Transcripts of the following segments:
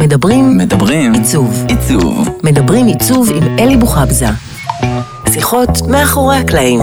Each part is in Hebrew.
מדברים עיצוב. מדברים עיצוב עם אלי בוחבזה. שיחות מאחורי הקלעים.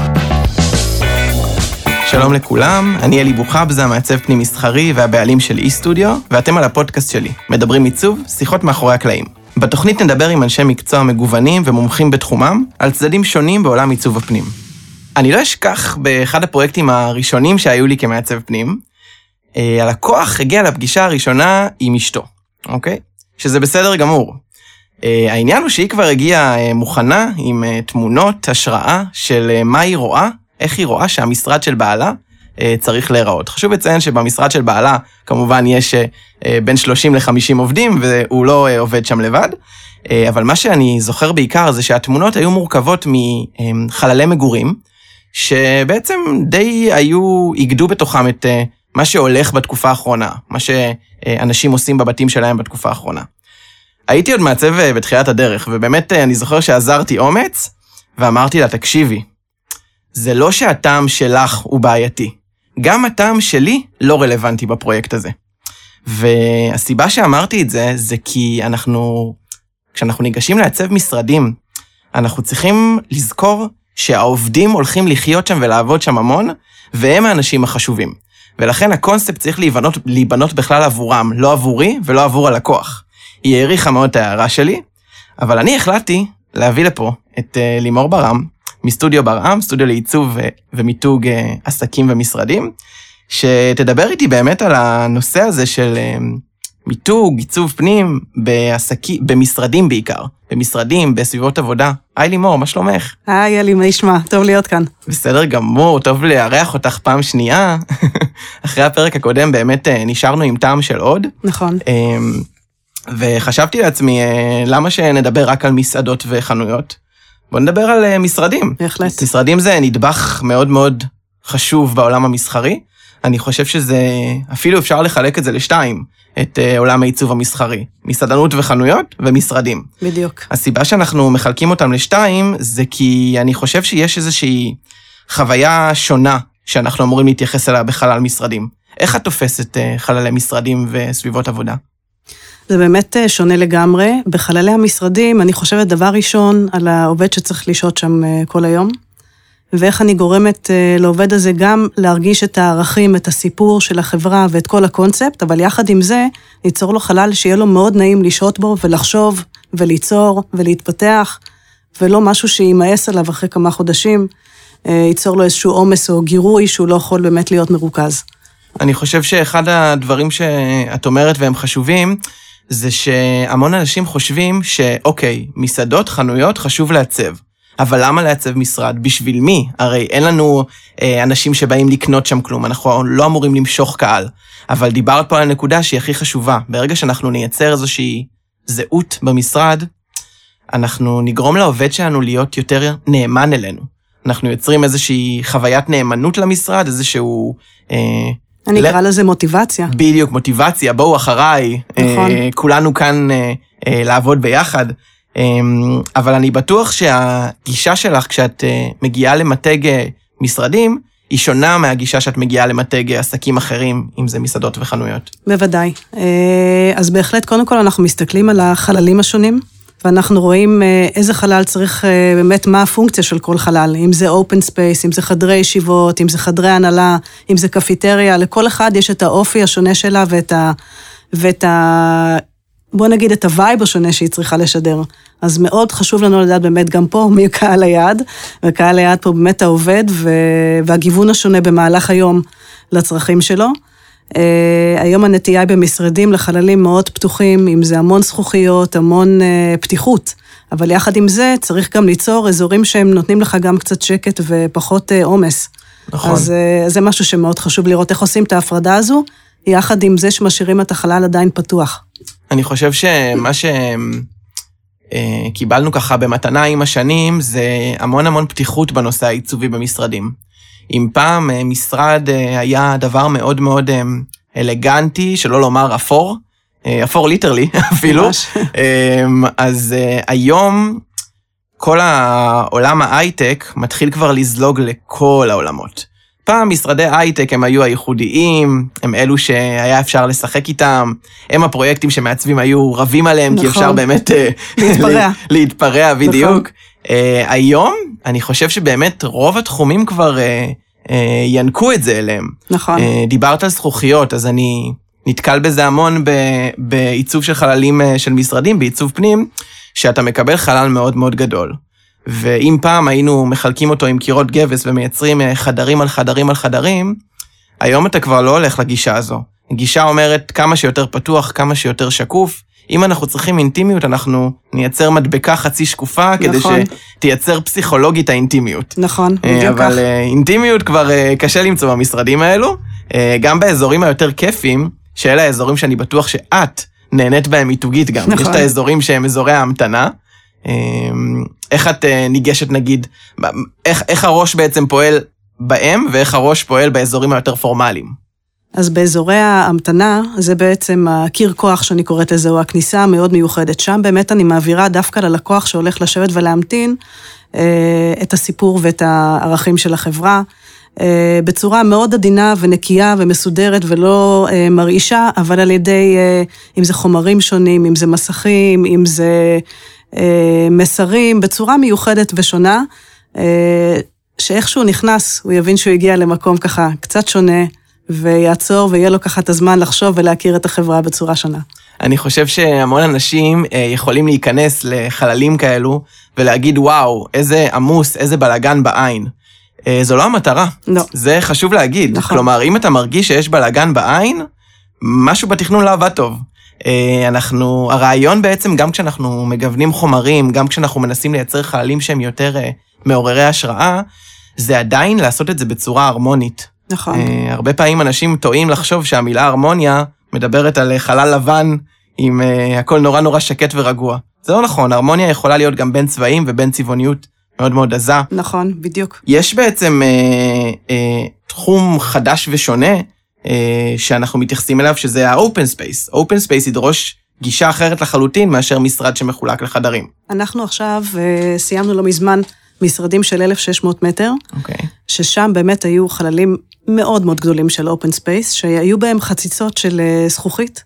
שלום לכולם, אני אלי בוחבזה, מעצב פנים מסחרי והבעלים של אי-סטודיו, ואתם על הפודקאסט שלי, מדברים עיצוב, שיחות מאחורי הקלעים. בתוכנית נדבר עם אנשי מקצוע מגוונים ומומחים בתחומם, על צדדים שונים בעולם עיצוב הפנים. אני לא אשכח באחד הפרויקטים הראשונים שהיו לי כמעצב פנים, הלקוח הגיע לפגישה הראשונה עם אשתו, אוקיי? שזה בסדר גמור. העניין הוא שהיא כבר הגיעה מוכנה עם תמונות, השראה של מה היא רואה, איך היא רואה שהמשרד של בעלה צריך להיראות. חשוב לציין שבמשרד של בעלה, כמובן יש בין 30 ל-50 עובדים, והוא לא עובד שם לבד, אבל מה שאני זוכר בעיקר זה שהתמונות היו מורכבות מחללי מגורים, שבעצם די הגדו בתוכם את מה שהולך בתקופה האחרונה, מה שאנשים עושים בבתים שלהם בתקופה האחרונה. הייתי עוד מעצב בתחילת הדרך, ובאמת אני זוכר שעזרתי אומץ, ואמרתי לה, תקשיבי, זה לא שהטעם שלך הוא בעייתי, גם הטעם שלי לא רלוונטי בפרויקט הזה. והסיבה שאמרתי את זה, זה כי כשאנחנו ניגשים לעצב משרדים, אנחנו צריכים לזכור שהעובדים הולכים לחיות שם ולעבוד שם המון, והם האנשים החשובים. ולכן הקונספט צריך להיבנות בכלל עבורם, לא עבורי ולא עבור הלקוח. היא העריכה מאוד את ההערה שלי, אבל אני החלטתי להביא לפה את לימור ברם, מסטודיו ברם, סטודיו לעיצוב ומיתוג עסקים ומשרדים, שתדבר איתי באמת על הנושא הזה של מיתוג, עיצוב פנים, במשרדים בעיקר, במשרדים, בסביבות עבודה. היי לימור, מה שלומך? היי אלי, מה ישמע? טוב להיות כאן. בסדר גמור, טוב לארח אותך פעם שנייה. אחרי הפרק הקודם באמת נשארנו עם טעם של עוד. נכון. וחשבתי לעצמי, למה שנדבר רק על מסעדות וחנויות? בוא נדבר על משרדים. בהחלט. משרדים זה נדבך מאוד מאוד חשוב בעולם המסחרי. אני חושב שזה, אפילו אפשר לחלק את זה לשתיים, את עולם העיצוב המסחרי. מסעדנות וחנויות ומשרדים. בדיוק. הסיבה שאנחנו מחלקים אותם לשתיים, זה כי אני חושב שיש איזושהי חוויה שונה, שאנחנו אמורים להתייחס אליה בחלל משרדים. איך את תופסת חללי משרדים וסביבות עבודה? זה באמת שונה לגמרי. בחללי המשרדים, אני חושבת דבר ראשון על העובד שצריך לשהות שם כל היום, ואיך אני גורמת לעובד הזה גם להרגיש את הערכים, את הסיפור של החברה ואת כל הקונספט, אבל יחד עם זה, ליצור לו חלל שיהיה לו מאוד נעים לשהות בו ולחשוב וליצור ולהתפתח, ולא משהו שימאס עליו אחרי כמה חודשים, ייצור לו איזשהו עומס או גירוי שהוא לא יכול באמת להיות מרוכז. אני חושב שאחד הדברים שאת אומרת והם חשובים, זה שהמון אנשים חושבים שאוקיי, מסעדות, חנויות, חשוב לעצב. אבל למה לעצב משרד? בשביל מי? הרי אין לנו אנשים שבאים לקנות שם כלום, אנחנו לא אמורים למשוך קהל. אבל דיברת פה על הנקודה שהיא הכי חשובה. ברגע שאנחנו נייצר איזושהי זהות במשרד, אנחנו נגרום לעובד שלנו להיות יותר נאמן אלינו. אנחנו יוצרים איזושהי חוויית נאמנות למשרד, איזשהו... אני אקרא לזה מוטיבציה. בדיוק, מוטיבציה, בואו אחריי. נכון. כולנו כאן לעבוד ביחד. אבל אני בטוח שהגישה שלך כשאת מגיעה למתג משרדים, היא שונה מהגישה שאת מגיעה למתג עסקים אחרים, אם זה מסעדות וחנויות. בוודאי. אז בהחלט, קודם כל אנחנו מסתכלים על החללים השונים, ואנחנו רואים איזה חלל צריך, באמת מה הפונקציה של כל חלל, אם זה open space, אם זה חדרי ישיבות, אם זה חדרי הנהלה, אם זה קפיטריה, לכל אחד יש את האופי השונה שלה בוא נגיד את הווייב השונה שהיא צריכה לשדר. אז מאוד חשוב לנו לדעת באמת גם פה מי קהל היעד, וקהל היעד פה באמת העובד, והגיוון השונה במהלך היום לצרכים שלו. היום הנטייה במשרדים לחללים מאוד פתוחים, אם זה המון זכוכיות, המון פתיחות, אבל יחד עם זה צריך גם ליצור אזורים שהם נותנים לך גם קצת שקט ופחות עומס. נכון. אז זה משהו שמאוד חשוב לראות איך עושים את ההפרדה הזו, יחד עם זה שמשאירים את החלל עדיין פתוח. אני חושב שמה שקיבלנו ככה במתנה עם השנים, זה המון פתיחות בנושא העיצובי במשרדים. אם פעם משרד היה דבר מאוד מאוד אלגנטי, שלא לומר אפור, אפור ליטרלי אפילו, אז היום כל העולם ההייטק מתחיל כבר לזלוג לכל העולמות. פעם משרדי הייטק הם היו הייחודיים, הם אלו שהיה אפשר לשחק איתם, הם הפרויקטים שמעצבים היו רבים עליהם, נכון. כי אפשר באמת להתפרע בדיוק. נכון. היום אני חושב שבאמת רוב התחומים כבר ינקו את זה אליהם. נכון. דיברת על זכוכיות, אז אני נתקל בזה המון בעיצוב של חללים של משרדים, בעיצוב פנים, שאתה מקבל חלל מאוד מאוד גדול. ואם פעם היינו מחלקים אותו עם קירות גבס ומייצרים חדרים על חדרים על חדרים, היום אתה כבר לא הולך לגישה הזו. גישה אומרת כמה שיותר פתוח, כמה שיותר שקוף. אם אנחנו צריכים אינטימיות, אנחנו נייצר מדבקה חצי שקופה, כדי נכון. שתייצר פסיכולוגית האינטימיות. נכון, בדיוק כך. אבל אינטימיות כבר קשה למצוא במשרדים האלו, גם באזורים היותר כיפים, שאלה האזורים שאני בטוח שאת נהנית בהם מיתוגית גם. נכון. יש את האזורים שהם אזורי ההמתנה. איך את ניגשת נגיד, איך הראש בעצם פועל בהם, ואיך הראש פועל באזורים היותר פורמליים? אז באזורי ההמתנה, זה בעצם הקיר כוח שאני קוראת לזה, או הכניסה המאוד מיוחדת. שם באמת אני מעבירה דווקא ללקוח שהולך לשבת ולהמתין את הסיפור ואת הערכים של החברה, בצורה מאוד עדינה ונקייה ומסודרת ולא מרעישה, אבל על ידי, אם זה חומרים שונים, אם זה מסכים, אם זה מסרים, בצורה מיוחדת ושונה, שאיכשהו נכנס, הוא יבין שהוא הגיע למקום ככה קצת שונה, ויעצור ויהיה לו ככה את הזמן לחשוב ולהכיר את החברה בצורה שונה. אני חושב שהמון אנשים יכולים להיכנס לחללים כאלו, ולהגיד וואו, איזה עמוס, איזה בלגן בעין. זו לא המטרה. לא. זה חשוב להגיד. נכון. כלומר, אם אתה מרגיש שיש בלגן בעין, משהו בתכנון לא עבד טוב. הרעיון בעצם, גם כשאנחנו מגוונים חומרים, גם כשאנחנו מנסים לייצר חללים שהם יותר מעוררי השראה, זה עדיין לעשות את זה בצורה הרמונית. נכון. הרבה פעמים אנשים טועים לחשוב שהמילה הרמוניה מדברת על חלל לבן, עם הכל נורא נורא שקט ורגוע. זה לא נכון, הרמוניה יכולה להיות גם בין צבעים ובין צבעוניות מאוד מאוד עזה. נכון, בדיוק. יש בעצם תחום חדש ושונה, שאנחנו מתייחסים אליו, שזה ה-open space. open space ידרוש גישה אחרת לחלוטין, מאשר משרד שמחולק לחדרים. אנחנו עכשיו סיימנו לא מזמן משרדים של 1,600 מטר, ששם באמת היו חללים מאוד מאוד גדולים של open space, שהיו בהם חציצות של זכוכית,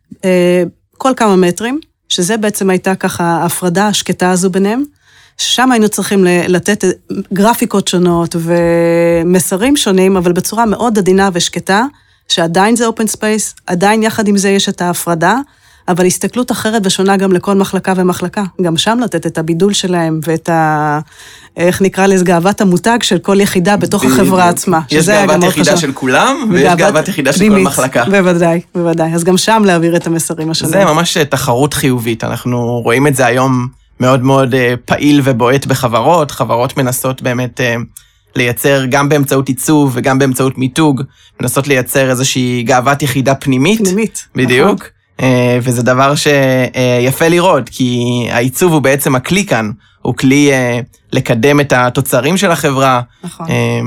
כל כמה מטרים, שזה בעצם הייתה ככה ההפרדה השקטה הזו ביניהם, שם היינו צריכים לתת גרפיקות שונות ומסרים שונים, אבל בצורה מאוד עדינה ושקטה, שעדיין זה open space, עדיין יחד עם זה יש את ההפרדה, אבל הסתכלות אחרת ושונה גם לכל מחלקה ומחלקה. גם שם לתת את הבידול שלהם ואת איך נקרא לזה, גאוות המותג של כל יחידה בתוך החברה עצמה. יש גאוות יחידה של כולם, ויש גאוות יחידה של כל מחלקה. בוודאי, בוודאי. אז גם שם להעביר את המסרים השונים. זה ממש תחרות חיובית. אנחנו רואים את זה היום מאוד מאוד פעיל ובועט בחברות. חברות מנסות באמת לייצר גם באמצעות עיצוב וגם באמצעות מיתוג, מנסות לייצר איזושהי גאוות יחידה פנימית. פנימית. בדיוק. וזה דבר שיפה לראות, כי העיצוב הוא בעצם הכלי כאן, הוא כלי לקדם את התוצרים של החברה, נכון.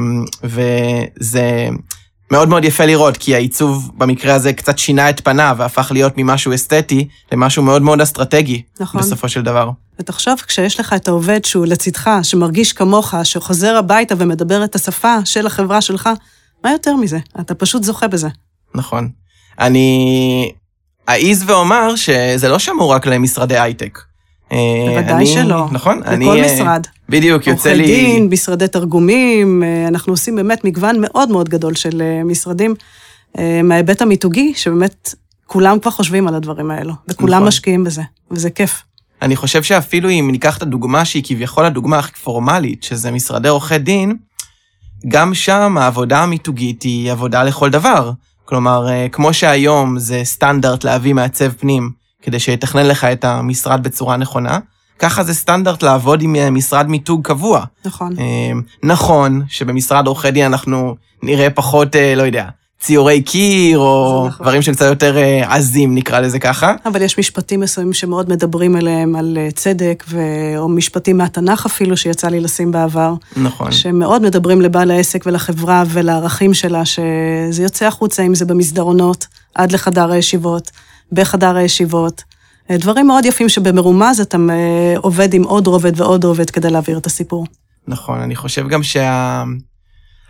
וזה מאוד מאוד יפה לראות, כי העיצוב במקרה הזה קצת שינה את פניו, והפך להיות ממשהו אסתטי למשהו מאוד מאוד אסטרטגי, נכון. בסופו של דבר. ותחשוב, כשיש לך את העובד שהוא לצדך, שמרגיש כמוך, שחוזר הביתה ומדבר את השפה של החברה שלך, מה יותר מזה? אתה פשוט זוכה בזה. נכון. אני אעיז ואומר שזה לא שמור רק למשרדי הייטק. בוודאי שלא. נכון? לכל משרד. בדיוק, יוצא לי... עורכי דין, משרדי תרגומים, אנחנו עושים באמת מגוון מאוד מאוד גדול של משרדים, מההיבט המיתוגי, שבאמת כולם כבר חושבים על הדברים האלו, וכולם משקיעים בזה, וזה כיף. אני חושב שאפילו אם ניקח את הדוגמה שהיא כביכול הדוגמה הכי פורמלית, שזה משרדי עורכי דין, גם שם העבודה המיתוגית היא עבודה לכל דבר. כלומר, כמו שהיום זה סטנדרט להביא מעצב פנים, כדי שיתכנן לך את המשרד בצורה נכונה, ככה זה סטנדרט לעבוד עם משרד מיתוג קבוע. נכון. נכון שבמשרד עורכי דין אנחנו נראה פחות, לא יודע, ציורי קיר, או נכון. דברים שקצת יותר עזים, נקרא לזה ככה. אבל יש משפטים מסוימים שמאוד מדברים אליהם על צדק, או משפטים מהתנ"ך אפילו שיצא לי לשים בעבר. נכון. שמאוד מדברים לבעל העסק ולחברה ולערכים שלה, שזה יוצא החוצה, אם זה במסדרונות, עד לחדר הישיבות, בחדר הישיבות. דברים מאוד יפים שבמרומז אתה עובד עם עוד רובד ועוד רובד כדי להעביר את הסיפור. נכון, אני חושב גם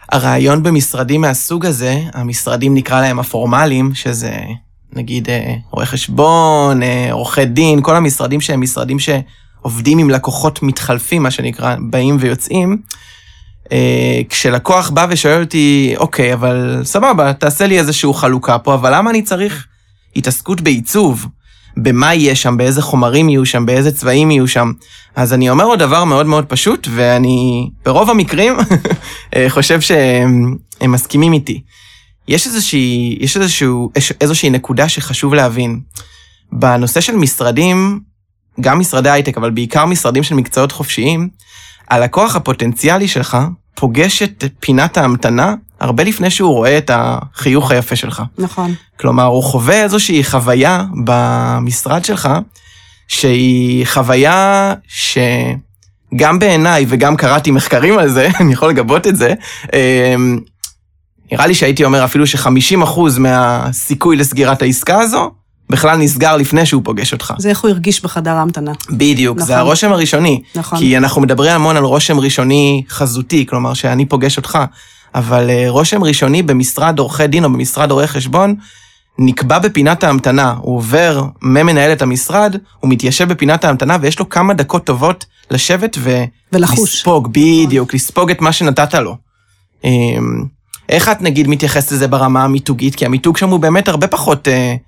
הרעיון במשרדים מהסוג הזה, המשרדים נקרא להם הפורמליים, שזה נגיד רואי חשבון, עורכי דין, כל המשרדים שהם משרדים שעובדים עם לקוחות מתחלפים, מה שנקרא, באים ויוצאים, כשלקוח בא ושואל אותי, אוקיי, אבל סבבה, תעשה לי איזשהו חלוקה פה, אבל למה אני צריך התעסקות בעיצוב? במה יהיה שם, באיזה חומרים יהיו שם, באיזה צבעים יהיו שם? אז אני אומר לו דבר מאוד מאוד פשוט, ואני ברוב המקרים חושב שהם מסכימים איתי. יש איזושהי נקודה שחשוב להבין. בנושא של משרדים, גם משרדי הייטק, אבל בעיקר משרדים של מקצועות חופשיים, הלקוח הפוטנציאלי שלך פוגש את פינת ההמתנה הרבה לפני שהוא רואה את החיוך היפה שלך. נכון. כלומר, הוא חווה איזושהי חוויה במשרד שלך, שהיא חוויה שגם בעיניי, וגם קראתי מחקרים על זה, אני יכול לגבות את זה, נראה לי שהייתי אומר אפילו ש50% מהסיכוי לסגירת העסקה הזו, בכלל נסגר לפני שהוא פוגש אותך. זה איך הוא הרגיש בחדר ההמתנה. בדיוק, נכון. זה הרושם הראשוני. נכון. כי אנחנו מדברים המון על רושם ראשוני חזותי, כלומר שאני פוגש אותך, אבל רושם ראשוני במשרד עורכי דין או במשרד עורכי חשבון, נקבע בפינת ההמתנה. הוא עובר ממנהל את המשרד, הוא מתיישב בפינת ההמתנה, ויש לו כמה דקות טובות לשבת ולחוש. לספוג, בדיוק, לספוג את מה שנתת לו. איך את נגיד מתייחסת לזה ברמה המיתוגית? כי המיתוג שם הוא באמת הרבה פחות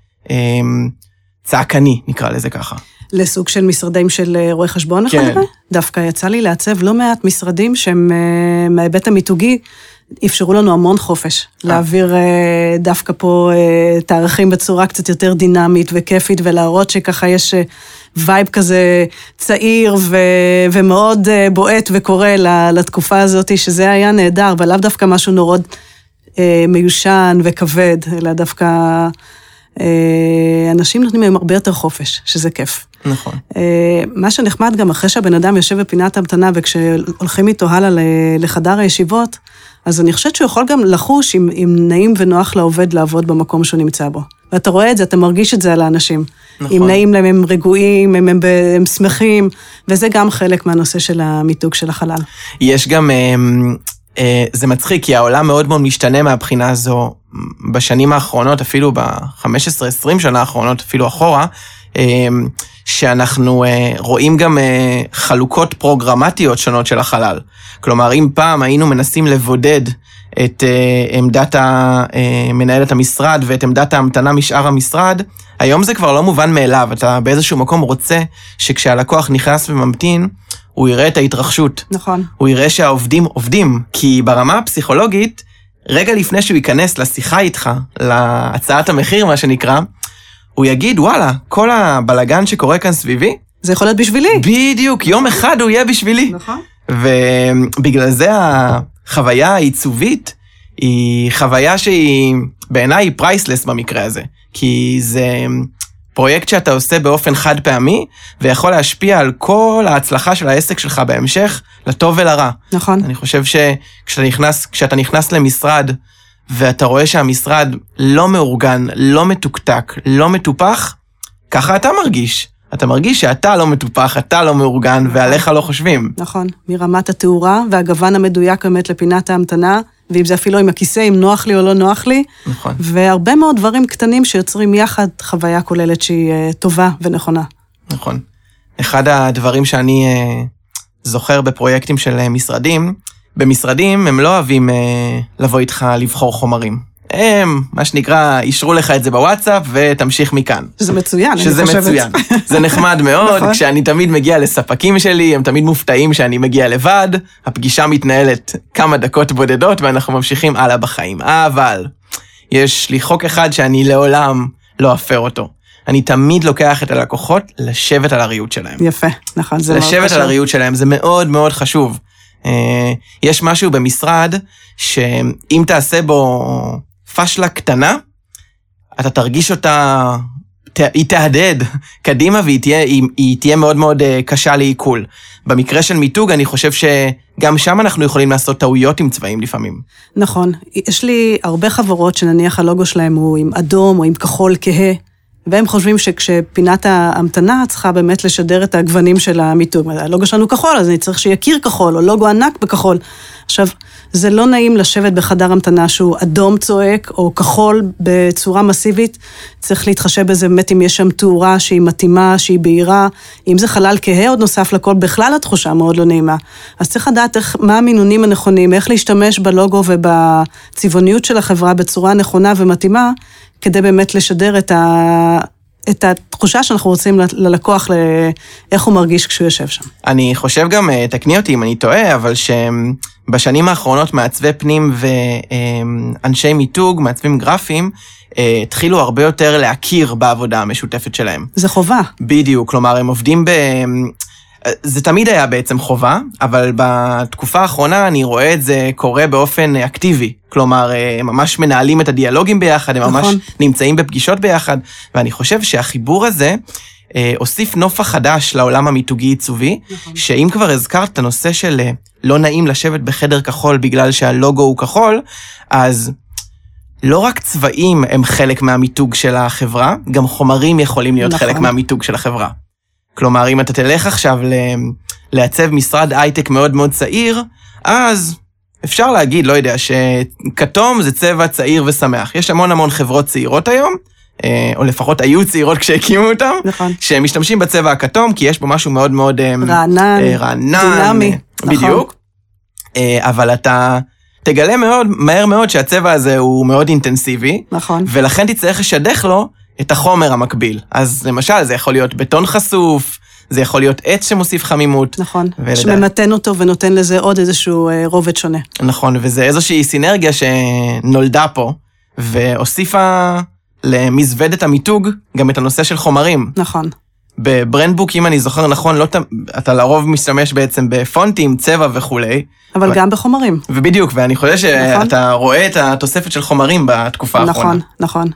צעקני, נקרא לזה ככה. לסוג של משרדים של רואי חשבון, כן. דווקא יצא לי לעצב לא מעט משרדים שהם מההיבט המיתוגי, אפשרו לנו המון חופש, להעביר דווקא פה תאריכים בצורה קצת יותר דינמית וכיפית, ולהראות שככה יש וייב כזה צעיר ומאוד בועט וקורא לתקופה הזאת, שזה היה נהדר, אבל לאו דווקא משהו נורא מיושן וכבד, אלא דווקא אנשים נותנים להם הרבה יותר חופש, שזה כיף. נכון. מה שנחמד גם אחרי שהבן אדם יושב בפינת המתנה, וכשהולכים איתו הלאה לחדר הישיבות, אז אני חושבת שהוא יכול גם לחוש אם נעים ונוח לעובד לעבוד במקום שהוא נמצא בו. ואתה רואה את זה, אתה מרגיש את זה על האנשים. נכון. אם נעים להם, הם רגועים, הם שמחים, וזה גם חלק מהנושא של המיתוג של החלל. יש גם, זה מצחיק, כי העולם מאוד מאוד משתנה מהבחינה הזו, בשנים האחרונות, אפילו ב-15-20 שנה האחרונות, אפילו אחורה, שאנחנו רואים גם חלוקות פרוגרמטיות שונות של החלל. כלומר, אם פעם היינו מנסים לבודד את עמדת מנהלת המשרד ואת עמדת ההמתנה משאר המשרד, היום זה כבר לא מובן מאליו. אתה באיזשהו מקום רוצה שכשהלקוח נכנס וממתין, הוא יראה את ההתרחשות. נכון. הוא יראה שהעובדים עובדים, כי ברמה הפסיכולוגית, רגע לפני שהוא ייכנס לשיחה איתך, להצעת המחיר, מה שנקרא, הוא יגיד, וואלה, כל הבלגן שקורה כאן סביבי, זה יכול להיות בשבילי. בדיוק, יום אחד הוא יהיה בשבילי. נכון. ובגלל זה החוויה העיצובית, היא חוויה שהיא בעיניי פרייסלס במקרה הזה. כי זה פרויקט שאתה עושה באופן חד פעמי, ויכול להשפיע על כל ההצלחה של העסק שלך בהמשך, לטוב ולרע. נכון. אני חושב שכשאתה נכנס למשרד, ואתה רואה שהמשרד לא מאורגן, לא מתוקתק, לא מטופח, ככה אתה מרגיש. אתה מרגיש שאתה לא מטופח, אתה לא מאורגן, ועליך לא חושבים. נכון, מרמת התאורה, והגוון המדויק באמת לפינת ההמתנה, ואם זה אפילו עם הכיסא, אם נוח לי או לא נוח לי. נכון. והרבה מאוד דברים קטנים שיוצרים יחד חוויה כוללת שהיא טובה ונכונה. נכון. אחד הדברים שאני זוכר בפרויקטים של משרדים, במשרדים הם לא אוהבים לבוא איתך לבחור חומרים. הם, מה שנקרא, אישרו לך את זה בוואטסאפ ותמשיך מכאן. שזה מצוין, שזה אני חושבת. מצוין. זה נחמד מאוד, נכון. כשאני תמיד מגיע לספקים שלי, הם תמיד מופתעים שאני מגיע לבד, הפגישה מתנהלת כמה דקות בודדות, ואנחנו ממשיכים הלאה בחיים. אבל יש לי חוק אחד שאני לעולם לא אפר אותו. אני תמיד לוקח את הלקוחות לשבת על הריהוט שלהם. יפה, נכון, זה מאוד חשוב. לשבת על הריהוט שלהם, זה מאוד מאוד חשוב. יש משהו במשרד, שאם תעשה בו פשלה קטנה, אתה תרגיש אותה, היא תהדהד קדימה, והיא תהיה מאוד מאוד קשה לעיכול. במקרה של מיתוג, אני חושב שגם שם אנחנו יכולים לעשות טעויות עם צבעים לפעמים. נכון. יש לי הרבה חברות שנניח הלוגו שלהם הוא עם אדום או עם כחול כהה, והם חושבים שכשפינת ההמתנה צריכה באמת לשדר את הגוונים של המיתוג. הלוגו שלנו כחול, אז אני צריך שיהיה קיר כחול, או לוגו ענק בכחול. עכשיו, זה לא נעים לשבת בחדר המתנה שהוא אדום צועק, או כחול בצורה מסיבית, צריך להתחשב בזה באמת אם יש שם תאורה שהיא מתאימה, שהיא בהירה, אם זה חלל כהה עוד נוסף לכל, בכלל התחושה מאוד לא נעימה. אז צריך לדעת מה המינונים הנכונים, איך להשתמש בלוגו ובצבעוניות של החברה בצורה נכונה ומתאימה, כדי באמת לשדר את התחושה שאנחנו רוצים ללקוח, איך הוא מרגיש כשהוא יושב שם. אני חושב גם, תקני אותי אם אני טועה, אבל שבשנים האחרונות מעצבי פנים ואנשי מיתוג, מעצבים גרפיים, התחילו הרבה יותר להכיר בעבודה המשותפת שלהם. זה חובה. בדיוק, כלומר, הם עובדים זה תמיד היה בעצם חובה, אבל בתקופה האחרונה אני רואה את זה קורה באופן אקטיבי. כלומר, הם ממש מנהלים את הדיאלוגים ביחד, הם ממש נמצאים בפגישות ביחד, ואני חושב שהחיבור הזה הוסיף נופח חדש לעולם המיתוגי עיצובי, שאם כבר הזכרת את הנושא של לא נעים לשבת בחדר כחול בגלל שהלוגו הוא כחול, אז לא רק צבעים הם חלק מהמיתוג של החברה, גם חומרים יכולים להיות חלק מהמיתוג של החברה. כלומר, אם אתה תלך עכשיו לעצב משרד הייטק מאוד מאוד צעיר, אז אפשר להגיד, לא יודע, שכתום זה צבע צעיר ושמח. יש המון המון חברות צעירות היום, או לפחות היו צעירות כשהקימו אותם, נכון. שמשתמשים בצבע הכתום, כי יש בו משהו מאוד מאוד רענן, דינמי. בדיוק. נכון. אבל אתה תגלה מהר מאוד שהצבע הזה הוא מאוד אינטנסיבי, נכון. ולכן תצטרך לשדך לו את החומר המקביל. אז למשל, זה יכול להיות בטון חשוף, זה יכול להיות עץ שמוסיף חמימות. נכון, שממתן אותו ונותן לזה עוד איזשהו רובד שונה. נכון, וזה איזושהי סינרגיה שנולדה פה, והוסיפה למזוודת המיתוג גם את הנושא של חומרים. נכון. בברנדבוק, אם אני זוכר נכון, אתה לרוב משתמש בעצם בפונטים, צבע וכו'. אבל גם בחומרים. ובדיוק, ואני חושב שאתה רואה את התוספת של חומרים בתקופה האחרונה. נכון, נכון.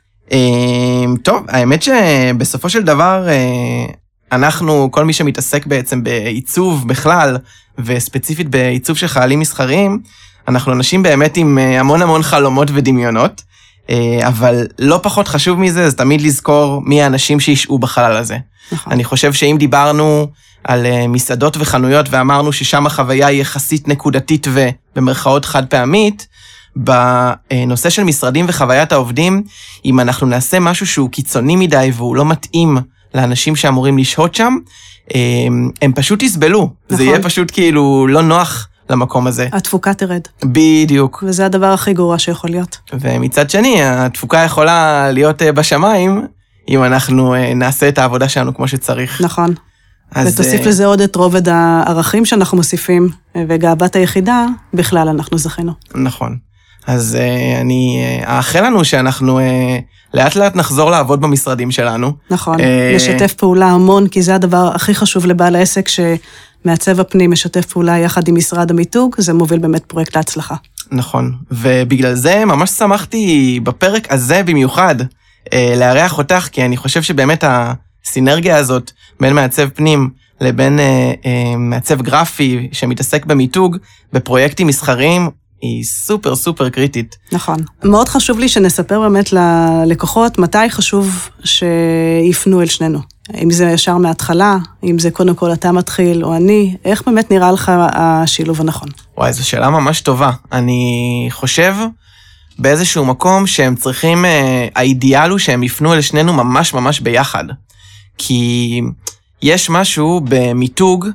טוב, האמת שבסופו של דבר, אנחנו, כל מי שמתעסק בעצם בעיצוב בכלל, וספציפית בעיצוב של חיילים מסחריים, אנחנו אנשים באמת עם המון המון חלומות ודמיונות, אבל לא פחות חשוב מזה, זה תמיד לזכור מי האנשים שישעו בחלל הזה. נכון. אני חושב שאם דיברנו על מסעדות וחנויות, ואמרנו ששם החוויה היא יחסית נקודתית ובמרכאות חד פעמית, בנושא של משרדים וחוויית העובדים, אם אנחנו נעשה משהו שהוא קיצוני מדי והוא לא מתאים לאנשים שאמורים לשהות שם, הם פשוט יסבלו. נכון. זה יהיה פשוט כאילו לא נוח למקום הזה. התפוקה תרד. בדיוק. וזה הדבר הכי גרוע שיכול להיות. ומצד שני, התפוקה יכולה להיות בשמיים, אם אנחנו נעשה את העבודה שלנו כמו שצריך. נכון. ותוסיף לזה עוד את רובד הערכים שאנחנו מוסיפים, וגאוות היחידה, בכלל אנחנו זכינו. נכון. אז אני אאחל לנו שאנחנו לאט לאט נחזור לעבוד במשרדים שלנו. נכון, לשתף פעולה המון, כי זה הדבר הכי חשוב לבעל העסק, שמעצב הפנים משתף פעולה יחד עם משרד המיתוג, זה מוביל באמת פרויקט להצלחה. נכון, ובגלל זה ממש שמחתי בפרק הזה במיוחד לארח אותך, כי אני חושב שבאמת הסינרגיה הזאת בין מעצב פנים לבין מעצב גרפי שמתעסק במיתוג, בפרויקטים מסחריים, היא סופר סופר קריטית. נכון. מאוד חשוב לי שנספר באמת ללקוחות מתי חשוב שיפנו אל שנינו. אם זה ישר מההתחלה, אם זה קודם כל אתה מתחיל או אני, איך באמת נראה לך השילוב הנכון? וואי, זו שאלה ממש טובה. אני חושב באיזשהו מקום שהם צריכים, האידיאל הוא שהם יפנו אל שנינו ממש ממש ביחד. כי יש משהו במיתוג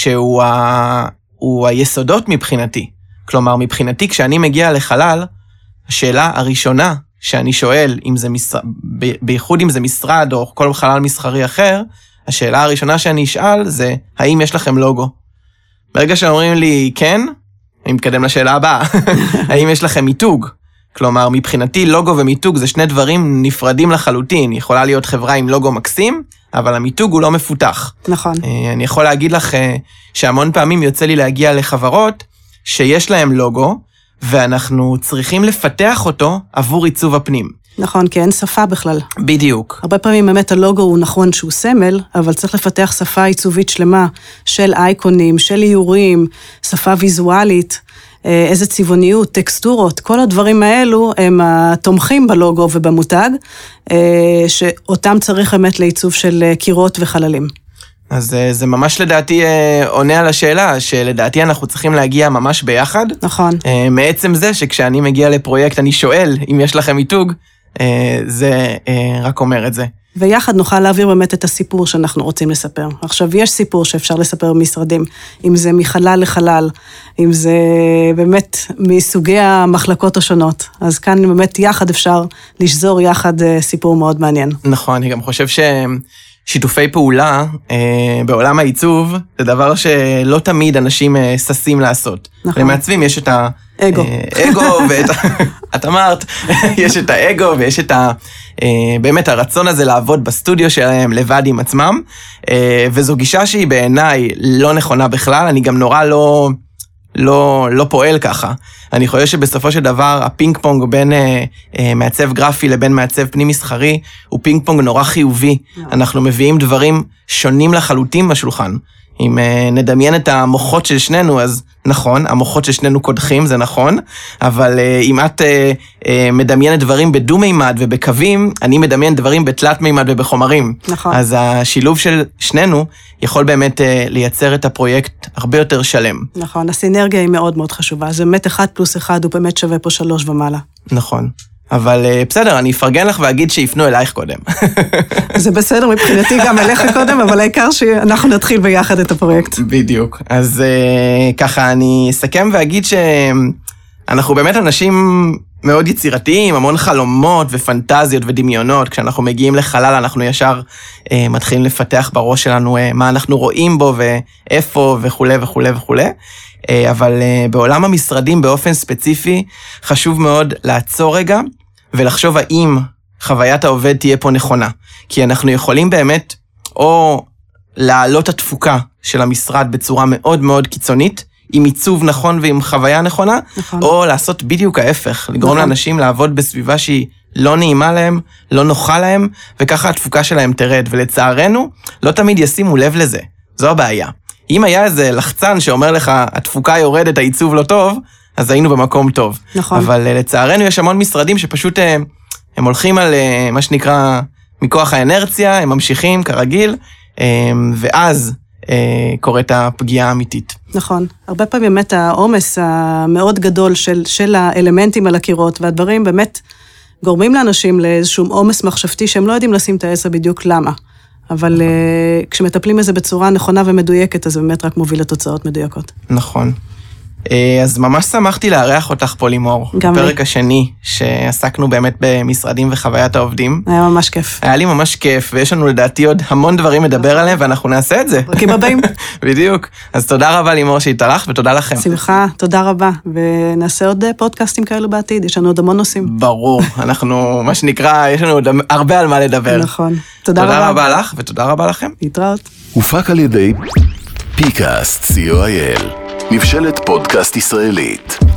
שהוא היסודות מבחינתי. כלומר, מבחינתי, כשאני מגיע לחלל, השאלה הראשונה שאני שואל, בייחוד אם זה משרד או כל חלל מסחרי אחר, השאלה הראשונה שאני אשאל זה, האם יש לכם לוגו? ברגע שאומרים לי כן, אני מתקדם לשאלה הבאה, האם יש לכם מיתוג? כלומר, מבחינתי לוגו ומיתוג זה שני דברים נפרדים לחלוטין. יכולה להיות חברה עם לוגו מקסים, אבל המיתוג הוא לא מפותח. נכון. אני יכול להגיד לך שהמון פעמים יוצא לי להגיע לחברות, שיש להם לוגו, ואנחנו צריכים לפתח אותו עבור עיצוב הפנים. נכון, כי אין שפה בכלל. בדיוק. הרבה פעמים באמת הלוגו הוא נכון שהוא סמל, אבל צריך לפתח שפה עיצובית שלמה, של אייקונים, של איורים, שפה ויזואלית, איזה צבעוניות, טקסטורות, כל הדברים האלו הם התומכים בלוגו ובמותג, שאותם צריך באמת לעיצוב של קירות וחללים. אז זה ממש לדעתי עונה על השאלה, שלדעתי אנחנו צריכים להגיע ממש ביחד. נכון. מעצם זה שכשאני מגיע לפרויקט אני שואל אם יש לכם מיתוג, זה רק אומר את זה. ויחד נוכל להעביר באמת את הסיפור שאנחנו רוצים לספר. עכשיו, יש סיפור שאפשר לספר במשרדים, אם זה מחלל לחלל, אם זה באמת מסוגי המחלקות השונות. אז כאן באמת יחד אפשר לשזור יחד סיפור מאוד מעניין. נכון, אני גם חושב ששיתופי פעולה בעולם העיצוב, זה דבר שלא תמיד אנשים ססים לעשות. נכון. למעצבים יש את אגו. אגו, את אמרת, יש את האגו ויש את באמת הרצון הזה לעבוד בסטודיו שלהם לבד עם עצמם, וזו גישה שהיא בעיניי לא נכונה בכלל, אני גם נורא לא פועל ככה. אני חושב שבסופו של דבר הפינג פונג בין מעצב גרפי לבין מעצב פנים מסחרי, הוא פינג פונג נורא חיובי. אנחנו מביאים דברים שונים לחלוטין בשולחן. אם נדמיין את המוחות של שנינו, אז נכון, המוחות של שנינו קודחים, זה נכון, אבל אם את מדמיינת דברים בדו-מימד ובקווים, אני מדמיין דברים בתלת-מימד ובחומרים. נכון. אז השילוב של שנינו יכול באמת לייצר את הפרויקט הרבה יותר שלם. נכון, הסינרגיה היא מאוד מאוד חשובה, זה באמת 1+1 הוא באמת שווה פה 3 ומעלה. נכון. אבל בסדר, אני אפרגן לך ואגיד שיפנו אלייך קודם. זה בסדר, מבחינתי גם אליך קודם, אבל העיקר שאנחנו נתחיל ביחד את הפרויקט. בדיוק. אז ככה, אני אסכם ואגיד שאנחנו באמת אנשים מאוד יצירתיים, המון חלומות ופנטזיות ודמיונות. כשאנחנו מגיעים לחלל, אנחנו ישר מתחילים לפתח בראש שלנו מה אנחנו רואים בו ואיפה וכו' וכו' וכו'. אבל בעולם המשרדים באופן ספציפי, חשוב מאוד לעצור רגע, ולחשוב האם חוויית העובד תהיה פה נכונה. כי אנחנו יכולים באמת, או להעלות התפוקה של המשרד בצורה מאוד מאוד קיצונית, עם עיצוב נכון ועם חוויה נכונה, נכון. או לעשות בדיוק ההפך, לגרום נכון. לאנשים לעבוד בסביבה שהיא לא נעימה להם, לא נוחה להם, וככה התפוקה שלהם תרד. ולצערנו, לא תמיד ישימו לב לזה. זו הבעיה. אם היה איזה לחצן שאומר לך, התפוקה יורדת, העיצוב לא טוב, אז היינו במקום טוב. נכון. אבל לצערנו יש המון משרדים שפשוט הם הולכים על מה שנקרא מכוח האנרציה, הם ממשיכים כרגיל, ואז קורית הפגיעה האמיתית. נכון. הרבה פעמים באמת העומס המאוד גדול של האלמנטים על הקירות, והדברים באמת גורמים לאנשים לאיזשהו עומס מחשבתי שהם לא יודעים לשים את העשר בדיוק למה. אבל כשמטפלים בזה בצורה נכונה ומדויקת, אז זה באמת רק מוביל לתוצאות מדויקות. נכון. אז ממש שמחתי לארח אותך פה, לימור. גם לי. בפרק השני, שעסקנו באמת במשרדים וחוויית העובדים. היה ממש כיף. היה לי ממש כיף, ויש לנו לדעתי עוד המון דברים לדבר עליהם, ואנחנו נעשה את זה. פרקים הבאים. בדיוק. אז תודה רבה, לימור, שהתארחת, ותודה לכם. שמחה, תודה רבה. ונעשה עוד פודקאסטים כאלו בעתיד, יש לנו עוד המון נושאים. ברור, אנחנו, מה שנקרא, יש לנו עוד הרבה על מה לדבר. נכון. תודה רבה. תודה רבה לך, ותודה רבה לכם. להתראות. הופק על ידי פיקאסט, co.il, מבשלת פודקאסט ישראלית.